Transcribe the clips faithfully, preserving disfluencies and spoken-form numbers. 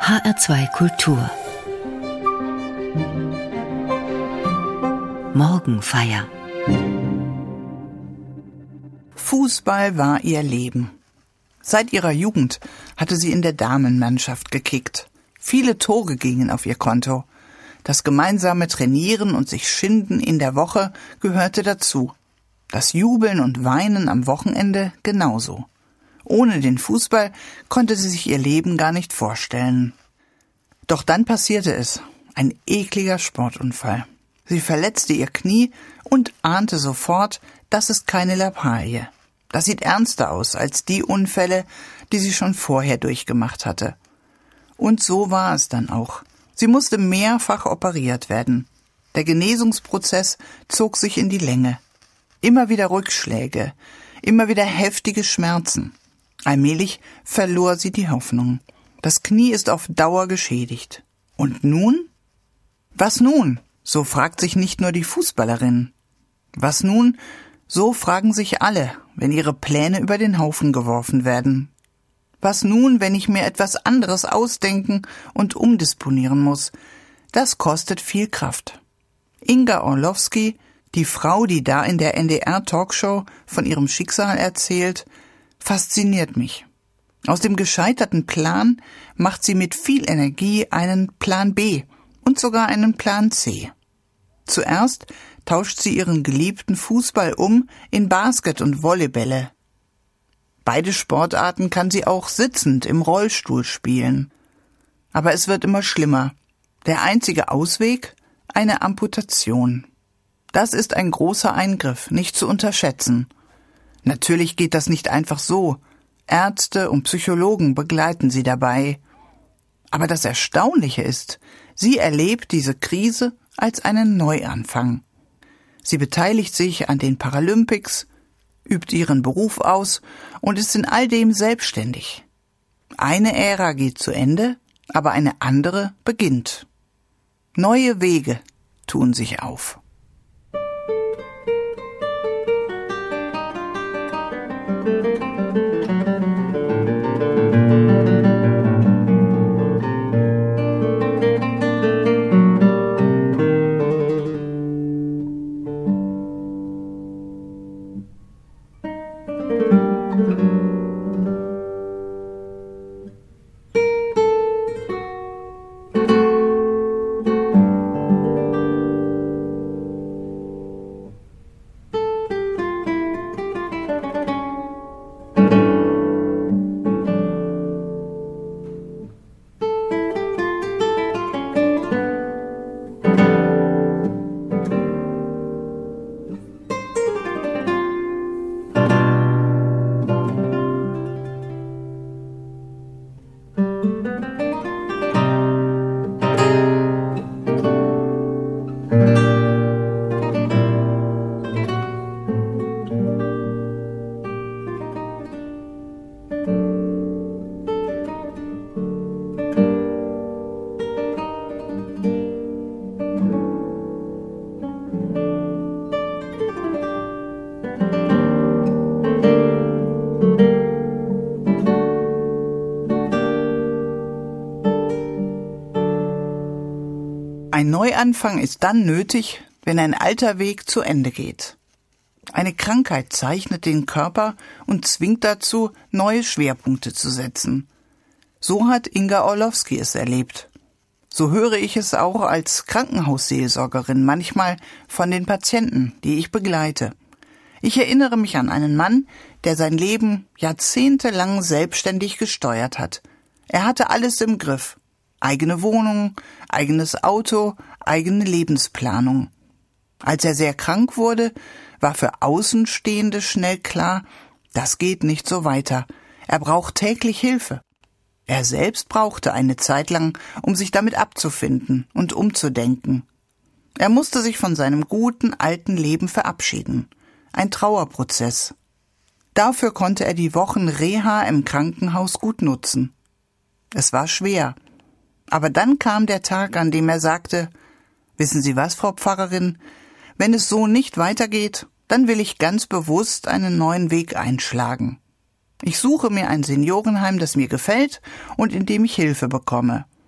H R zwei Kultur Morgenfeier. Fußball war ihr Leben. Seit ihrer Jugend hatte sie in der Damenmannschaft gekickt. Viele Tore gingen auf ihr Konto. Das gemeinsame Trainieren und sich schinden in der Woche gehörte dazu. Das Jubeln und Weinen am Wochenende genauso. Ohne den Fußball konnte sie sich ihr Leben gar nicht vorstellen. Doch dann passierte es. Ein ekliger Sportunfall. Sie verletzte ihr Knie und ahnte sofort, das ist keine Lappalie. Das sieht ernster aus als die Unfälle, die sie schon vorher durchgemacht hatte. Und so war es dann auch. Sie musste mehrfach operiert werden. Der Genesungsprozess zog sich in die Länge. Immer wieder Rückschläge, immer wieder heftige Schmerzen. Allmählich verlor sie die Hoffnung. Das Knie ist auf Dauer geschädigt. Und nun? Was nun? So fragt sich nicht nur die Fußballerin. Was nun? So fragen sich alle, wenn ihre Pläne über den Haufen geworfen werden. Was nun, wenn ich mir etwas anderes ausdenken und umdisponieren muss? Das kostet viel Kraft. Inga Orlowski, die Frau, die da in der N D R-Talkshow von ihrem Schicksal erzählt, fasziniert mich. Aus dem gescheiterten Plan macht sie mit viel Energie einen Plan B und sogar einen Plan C. Zuerst tauscht sie ihren geliebten Fußball um in Basket und Volleybälle. Beide Sportarten kann sie auch sitzend im Rollstuhl spielen. Aber es wird immer schlimmer. Der einzige Ausweg? Eine Amputation. Das ist ein großer Eingriff, nicht zu unterschätzen. Natürlich geht das nicht einfach so. Ärzte und Psychologen begleiten sie dabei. Aber das Erstaunliche ist, sie erlebt diese Krise als einen Neuanfang. Sie beteiligt sich an den Paralympics, übt ihren Beruf aus und ist in all dem selbstständig. Eine Ära geht zu Ende, aber eine andere beginnt. Neue Wege tun sich auf. Ein Neuanfang ist dann nötig, wenn ein alter Weg zu Ende geht. Eine Krankheit zeichnet den Körper und zwingt dazu, neue Schwerpunkte zu setzen. So hat Inga Orlowski es erlebt. So höre ich es auch als Krankenhausseelsorgerin manchmal von den Patienten, die ich begleite. Ich erinnere mich an einen Mann, der sein Leben jahrzehntelang selbstständig gesteuert hat. Er hatte alles im Griff. Eigene Wohnung, eigenes Auto, eigene Lebensplanung. Als er sehr krank wurde, war für Außenstehende schnell klar, das geht nicht so weiter. Er braucht täglich Hilfe. Er selbst brauchte eine Zeit lang, um sich damit abzufinden und umzudenken. Er musste sich von seinem guten, alten Leben verabschieden. Ein Trauerprozess. Dafür konnte er die Wochen Reha im Krankenhaus gut nutzen. Es war schwer. Aber dann kam der Tag, an dem er sagte, wissen Sie was, Frau Pfarrerin, wenn es so nicht weitergeht, dann will ich ganz bewusst einen neuen Weg einschlagen. Ich suche mir ein Seniorenheim, das mir gefällt und in dem ich Hilfe bekomme.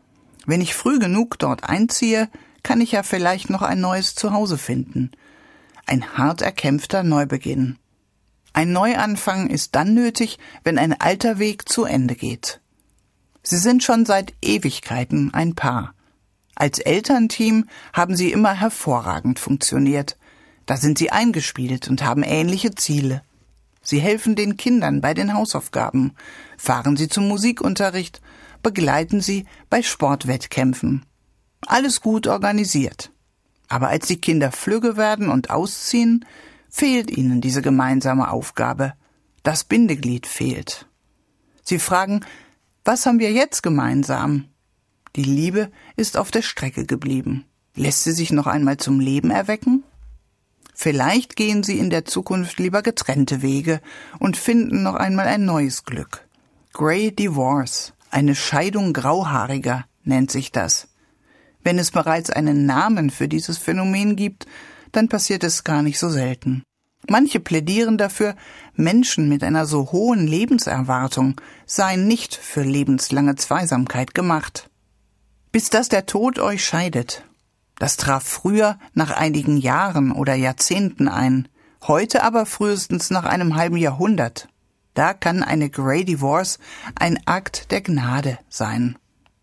Wenn ich früh genug dort einziehe, kann ich ja vielleicht noch ein neues Zuhause finden. Ein hart erkämpfter Neubeginn. Ein Neuanfang ist dann nötig, wenn ein alter Weg zu Ende geht. Sie sind schon seit Ewigkeiten ein Paar. Als Elternteam haben sie immer hervorragend funktioniert. Da sind sie eingespielt und haben ähnliche Ziele. Sie helfen den Kindern bei den Hausaufgaben, fahren sie zum Musikunterricht, begleiten sie bei Sportwettkämpfen. Alles gut organisiert. Aber als die Kinder flügge werden und ausziehen, fehlt ihnen diese gemeinsame Aufgabe. Das Bindeglied fehlt. Sie fragen, was haben wir jetzt gemeinsam? Die Liebe ist auf der Strecke geblieben. Lässt sie sich noch einmal zum Leben erwecken? Vielleicht gehen sie in der Zukunft lieber getrennte Wege und finden noch einmal ein neues Glück. Grey Divorce, eine Scheidung Grauhaariger, nennt sich das. Wenn es bereits einen Namen für dieses Phänomen gibt, dann passiert es gar nicht so selten. Manche plädieren dafür, Menschen mit einer so hohen Lebenserwartung seien nicht für lebenslange Zweisamkeit gemacht. Bis dass der Tod euch scheidet. Das traf früher nach einigen Jahren oder Jahrzehnten ein, heute aber frühestens nach einem halben Jahrhundert. Da kann eine Grey Divorce ein Akt der Gnade sein.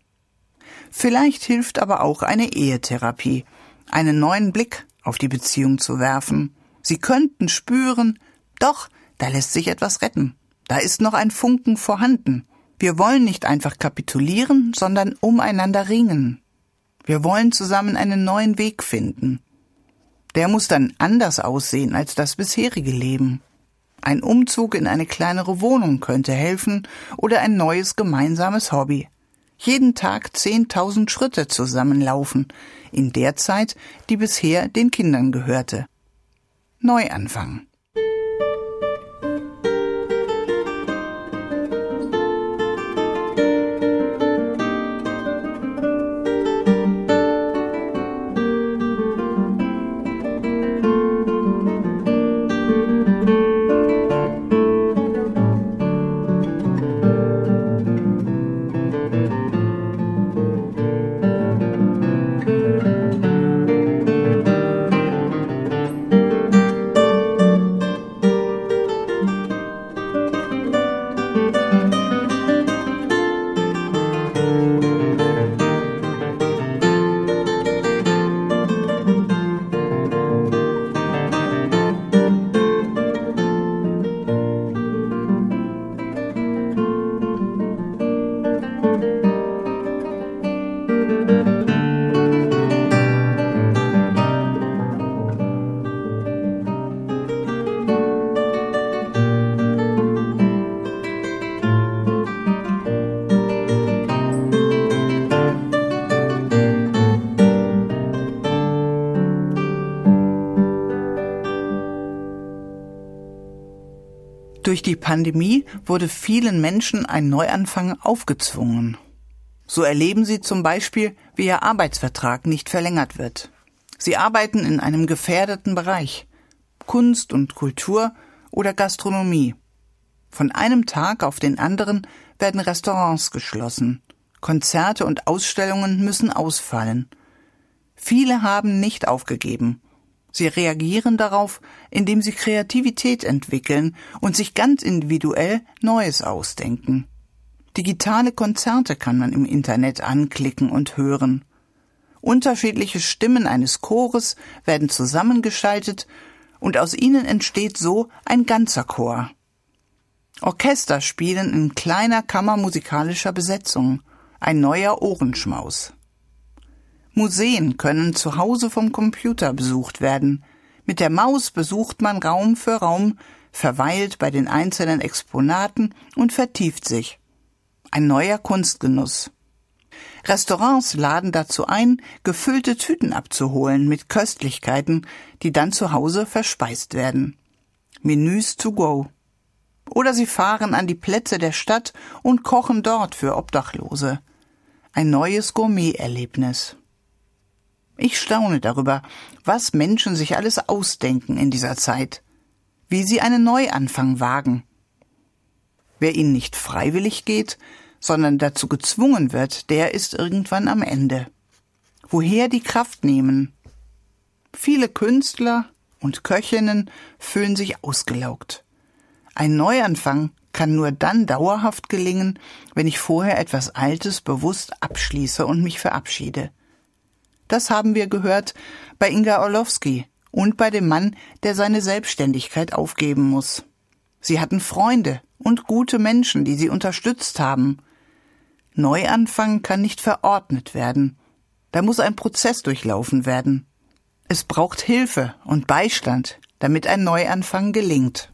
Vielleicht hilft aber auch eine Ehetherapie, einen neuen Blick auf die Beziehung zu werfen. Sie könnten spüren, doch, da lässt sich etwas retten. Da ist noch ein Funken vorhanden. Wir wollen nicht einfach kapitulieren, sondern umeinander ringen. Wir wollen zusammen einen neuen Weg finden. Der muss dann anders aussehen als das bisherige Leben. Ein Umzug in eine kleinere Wohnung könnte helfen oder ein neues gemeinsames Hobby. Jeden Tag zehntausend Schritte zusammenlaufen, in der Zeit, die bisher den Kindern gehörte. Neuanfang. Durch die Pandemie wurde vielen Menschen ein Neuanfang aufgezwungen. So erleben sie zum Beispiel, wie ihr Arbeitsvertrag nicht verlängert wird. Sie arbeiten in einem gefährdeten Bereich, Kunst und Kultur oder Gastronomie. Von einem Tag auf den anderen werden Restaurants geschlossen. Konzerte und Ausstellungen müssen ausfallen. Viele haben nicht aufgegeben. Sie reagieren darauf, indem sie Kreativität entwickeln und sich ganz individuell Neues ausdenken. Digitale Konzerte kann man im Internet anklicken und hören. Unterschiedliche Stimmen eines Chores werden zusammengeschaltet und aus ihnen entsteht so ein ganzer Chor. Orchester spielen in kleiner kammermusikalischer Besetzung, ein neuer Ohrenschmaus. Museen können zu Hause vom Computer besucht werden. Mit der Maus besucht man Raum für Raum, verweilt bei den einzelnen Exponaten und vertieft sich. Ein neuer Kunstgenuss. Restaurants laden dazu ein, gefüllte Tüten abzuholen mit Köstlichkeiten, die dann zu Hause verspeist werden. Menüs to go. Oder sie fahren an die Plätze der Stadt und kochen dort für Obdachlose. Ein neues Gourmet-Erlebnis. Ich staune darüber, was Menschen sich alles ausdenken in dieser Zeit, wie sie einen Neuanfang wagen. Wer ihn nicht freiwillig geht, sondern dazu gezwungen wird, der ist irgendwann am Ende. Woher die Kraft nehmen? Viele Künstler und Köchinnen fühlen sich ausgelaugt. Ein Neuanfang kann nur dann dauerhaft gelingen, wenn ich vorher etwas Altes bewusst abschließe und mich verabschiede. Das haben wir gehört bei Inga Orlowski und bei dem Mann, der seine Selbstständigkeit aufgeben muss. Sie hatten Freunde und gute Menschen, die sie unterstützt haben. Neuanfang kann nicht verordnet werden. Da muss ein Prozess durchlaufen werden. Es braucht Hilfe und Beistand, damit ein Neuanfang gelingt.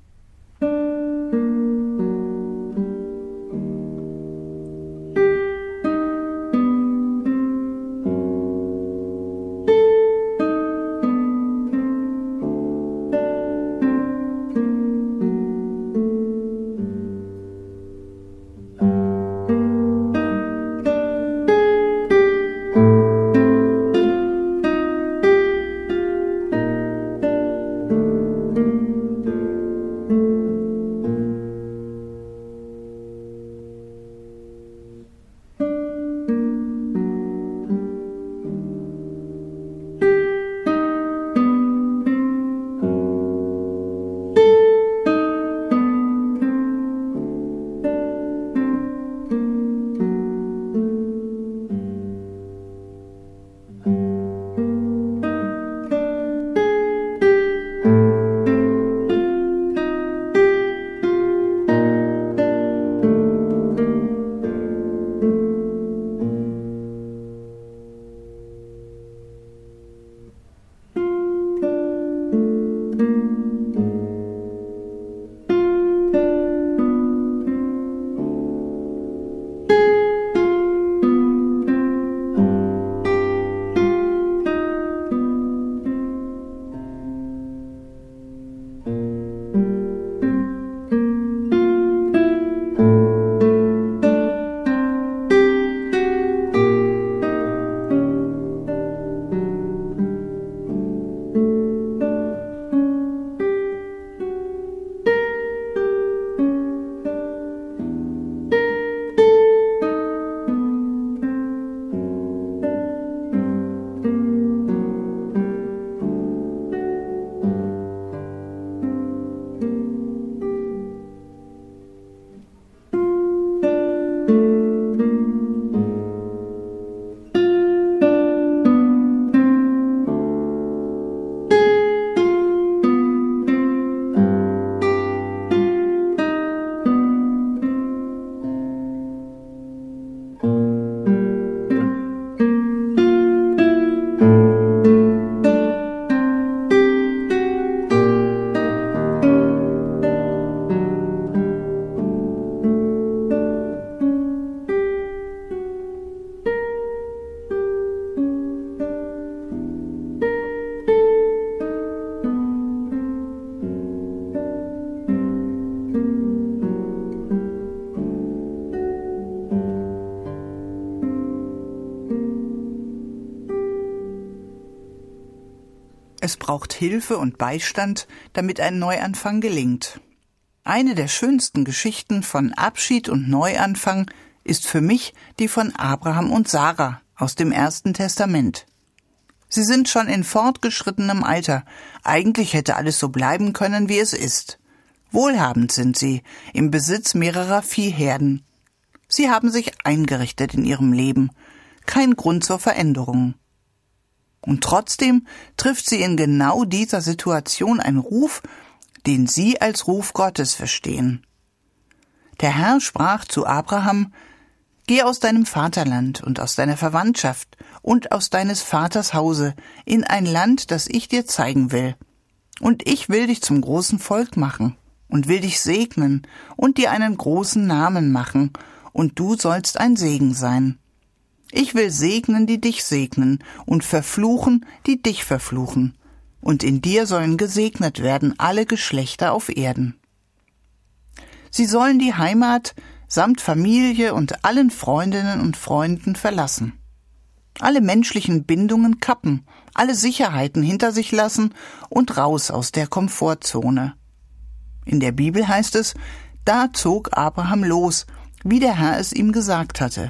Es braucht Hilfe und Beistand, damit ein Neuanfang gelingt. Eine der schönsten Geschichten von Abschied und Neuanfang ist für mich die von Abraham und Sarah aus dem Ersten Testament. Sie sind schon in fortgeschrittenem Alter. Eigentlich hätte alles so bleiben können, wie es ist. Wohlhabend sind sie, im Besitz mehrerer Viehherden. Sie haben sich eingerichtet in ihrem Leben. Kein Grund zur Veränderung. Und trotzdem trifft sie in genau dieser Situation einen Ruf, den sie als Ruf Gottes verstehen. Der Herr sprach zu Abraham: Geh aus deinem Vaterland und aus deiner Verwandtschaft und aus deines Vaters Hause in ein Land, das ich dir zeigen will. Und ich will dich zum großen Volk machen und will dich segnen und dir einen großen Namen machen, und du sollst ein Segen sein. Ich will segnen, die dich segnen, und verfluchen, die dich verfluchen. Und in dir sollen gesegnet werden alle Geschlechter auf Erden. Sie sollen die Heimat samt Familie und allen Freundinnen und Freunden verlassen. Alle menschlichen Bindungen kappen, alle Sicherheiten hinter sich lassen und raus aus der Komfortzone. In der Bibel heißt es, da zog Abraham los, wie der Herr es ihm gesagt hatte.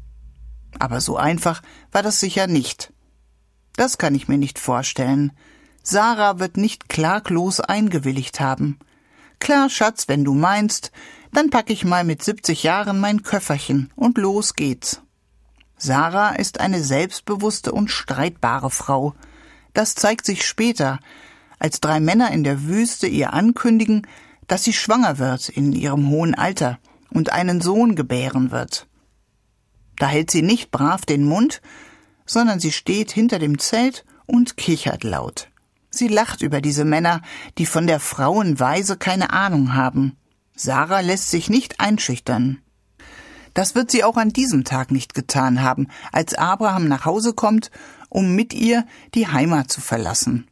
Aber so einfach war das sicher nicht. Das kann ich mir nicht vorstellen. Sarah wird nicht klaglos eingewilligt haben. Klar, Schatz, wenn du meinst, dann pack ich mal mit siebzig Jahren mein Köfferchen und los geht's. Sarah ist eine selbstbewusste und streitbare Frau. Das zeigt sich später, als drei Männer in der Wüste ihr ankündigen, dass sie schwanger wird in ihrem hohen Alter und einen Sohn gebären wird. Da hält sie nicht brav den Mund, sondern sie steht hinter dem Zelt und kichert laut. Sie lacht über diese Männer, die von der Frauenweise keine Ahnung haben. Sarah lässt sich nicht einschüchtern. Das wird sie auch an diesem Tag nicht getan haben, als Abraham nach Hause kommt, um mit ihr die Heimat zu verlassen.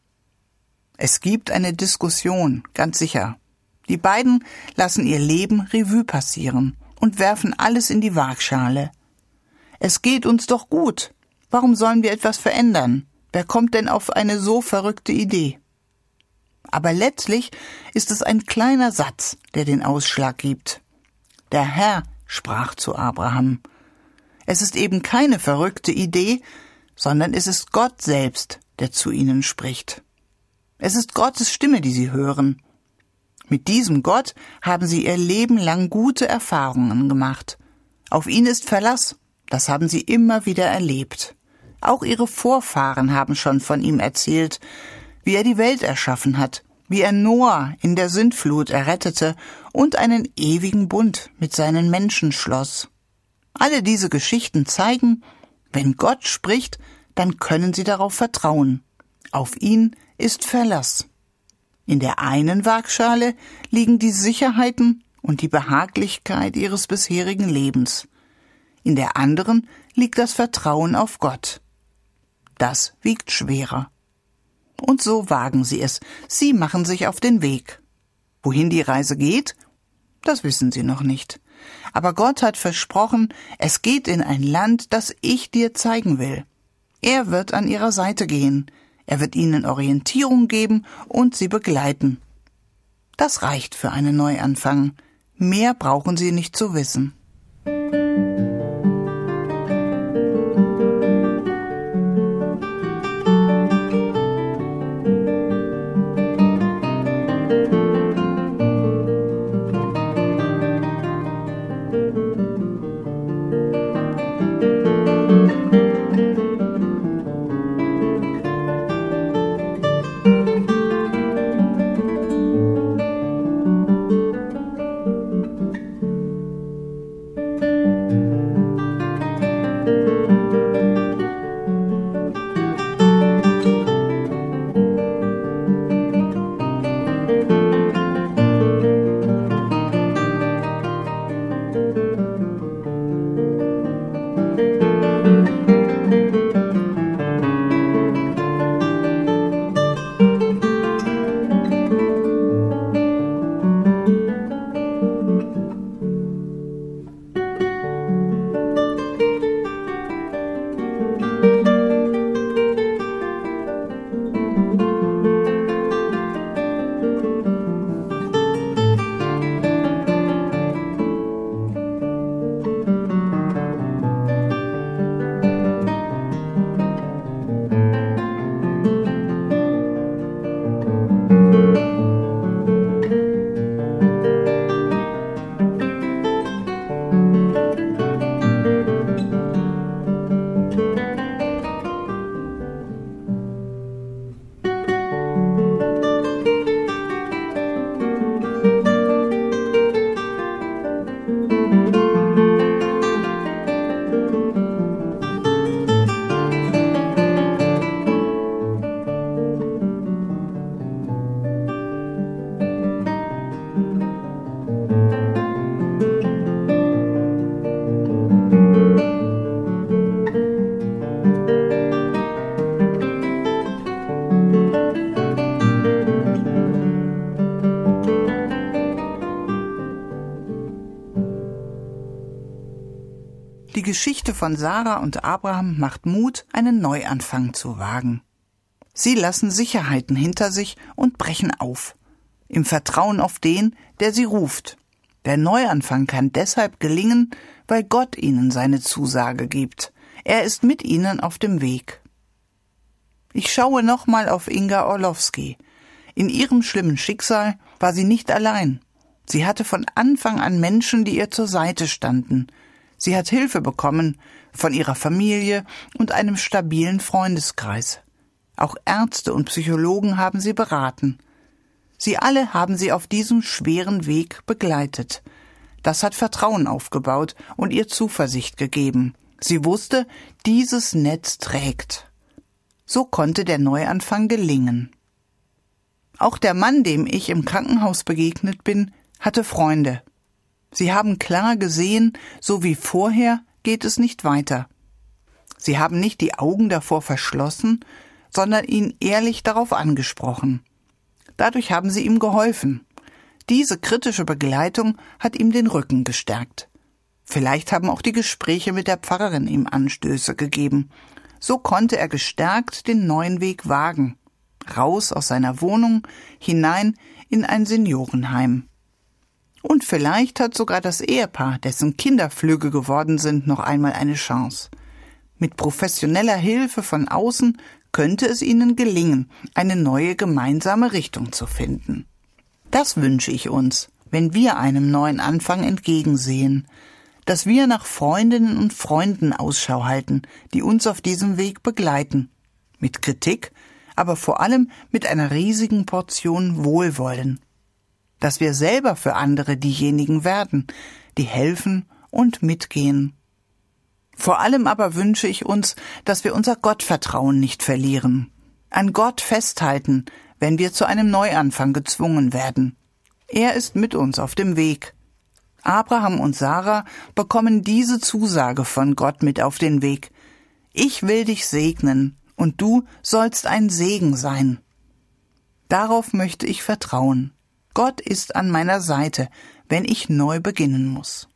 Es gibt eine Diskussion, ganz sicher. Die beiden lassen ihr Leben Revue passieren und werfen alles in die Waagschale. Es geht uns doch gut. Warum sollen wir etwas verändern? Wer kommt denn auf eine so verrückte Idee? Aber letztlich ist es ein kleiner Satz, der den Ausschlag gibt. Der Herr sprach zu Abraham. Es ist eben keine verrückte Idee, sondern es ist Gott selbst, der zu ihnen spricht. Es ist Gottes Stimme, die sie hören. Mit diesem Gott haben sie ihr Leben lang gute Erfahrungen gemacht. Auf ihn ist Verlass, das haben sie immer wieder erlebt. Auch ihre Vorfahren haben schon von ihm erzählt, wie er die Welt erschaffen hat, wie er Noah in der Sintflut errettete und einen ewigen Bund mit seinen Menschen schloss. Alle diese Geschichten zeigen, wenn Gott spricht, dann können sie darauf vertrauen. Auf ihn ist Verlass. In der einen Waagschale liegen die Sicherheiten und die Behaglichkeit ihres bisherigen Lebens. In der anderen liegt das Vertrauen auf Gott. Das wiegt schwerer. Und so wagen sie es. Sie machen sich auf den Weg. Wohin die Reise geht, das wissen sie noch nicht. Aber Gott hat versprochen, es geht in ein Land, das ich dir zeigen will. Er wird an ihrer Seite gehen. Er wird ihnen Orientierung geben und sie begleiten. Das reicht für einen Neuanfang. Mehr brauchen sie nicht zu wissen. Die Geschichte von Sarah und Abraham macht Mut, einen Neuanfang zu wagen. Sie lassen Sicherheiten hinter sich und brechen auf, im Vertrauen auf den, der sie ruft. Der Neuanfang kann deshalb gelingen, weil Gott ihnen seine Zusage gibt. Er ist mit ihnen auf dem Weg. Ich schaue nochmal auf Inga Orlowski. In ihrem schlimmen Schicksal war sie nicht allein. Sie hatte von Anfang an Menschen, die ihr zur Seite standen. Sie hat Hilfe bekommen von ihrer Familie und einem stabilen Freundeskreis. Auch Ärzte und Psychologen haben sie beraten. Sie alle haben sie auf diesem schweren Weg begleitet. Das hat Vertrauen aufgebaut und ihr Zuversicht gegeben. Sie wusste, dieses Netz trägt. So konnte der Neuanfang gelingen. Auch der Mann, dem ich im Krankenhaus begegnet bin, hatte Freunde. Sie haben klar gesehen, so wie vorher geht es nicht weiter. Sie haben nicht die Augen davor verschlossen, sondern ihn ehrlich darauf angesprochen. Dadurch haben sie ihm geholfen. Diese kritische Begleitung hat ihm den Rücken gestärkt. Vielleicht haben auch die Gespräche mit der Pfarrerin ihm Anstöße gegeben. So konnte er gestärkt den neuen Weg wagen. Raus aus seiner Wohnung, hinein in ein Seniorenheim. Und vielleicht hat sogar das Ehepaar, dessen Kinder flügge geworden sind, noch einmal eine Chance. Mit professioneller Hilfe von außen könnte es ihnen gelingen, eine neue gemeinsame Richtung zu finden. Das wünsche ich uns, wenn wir einem neuen Anfang entgegensehen, dass wir nach Freundinnen und Freunden Ausschau halten, die uns auf diesem Weg begleiten. Mit Kritik, aber vor allem mit einer riesigen Portion Wohlwollen. Dass wir selber für andere diejenigen werden, die helfen und mitgehen. Vor allem aber wünsche ich uns, dass wir unser Gottvertrauen nicht verlieren. An Gott festhalten, wenn wir zu einem Neuanfang gezwungen werden. Er ist mit uns auf dem Weg. Abraham und Sarah bekommen diese Zusage von Gott mit auf den Weg. Ich will dich segnen, und du sollst ein Segen sein. Darauf möchte ich vertrauen. Gott ist an meiner Seite, wenn ich neu beginnen muss.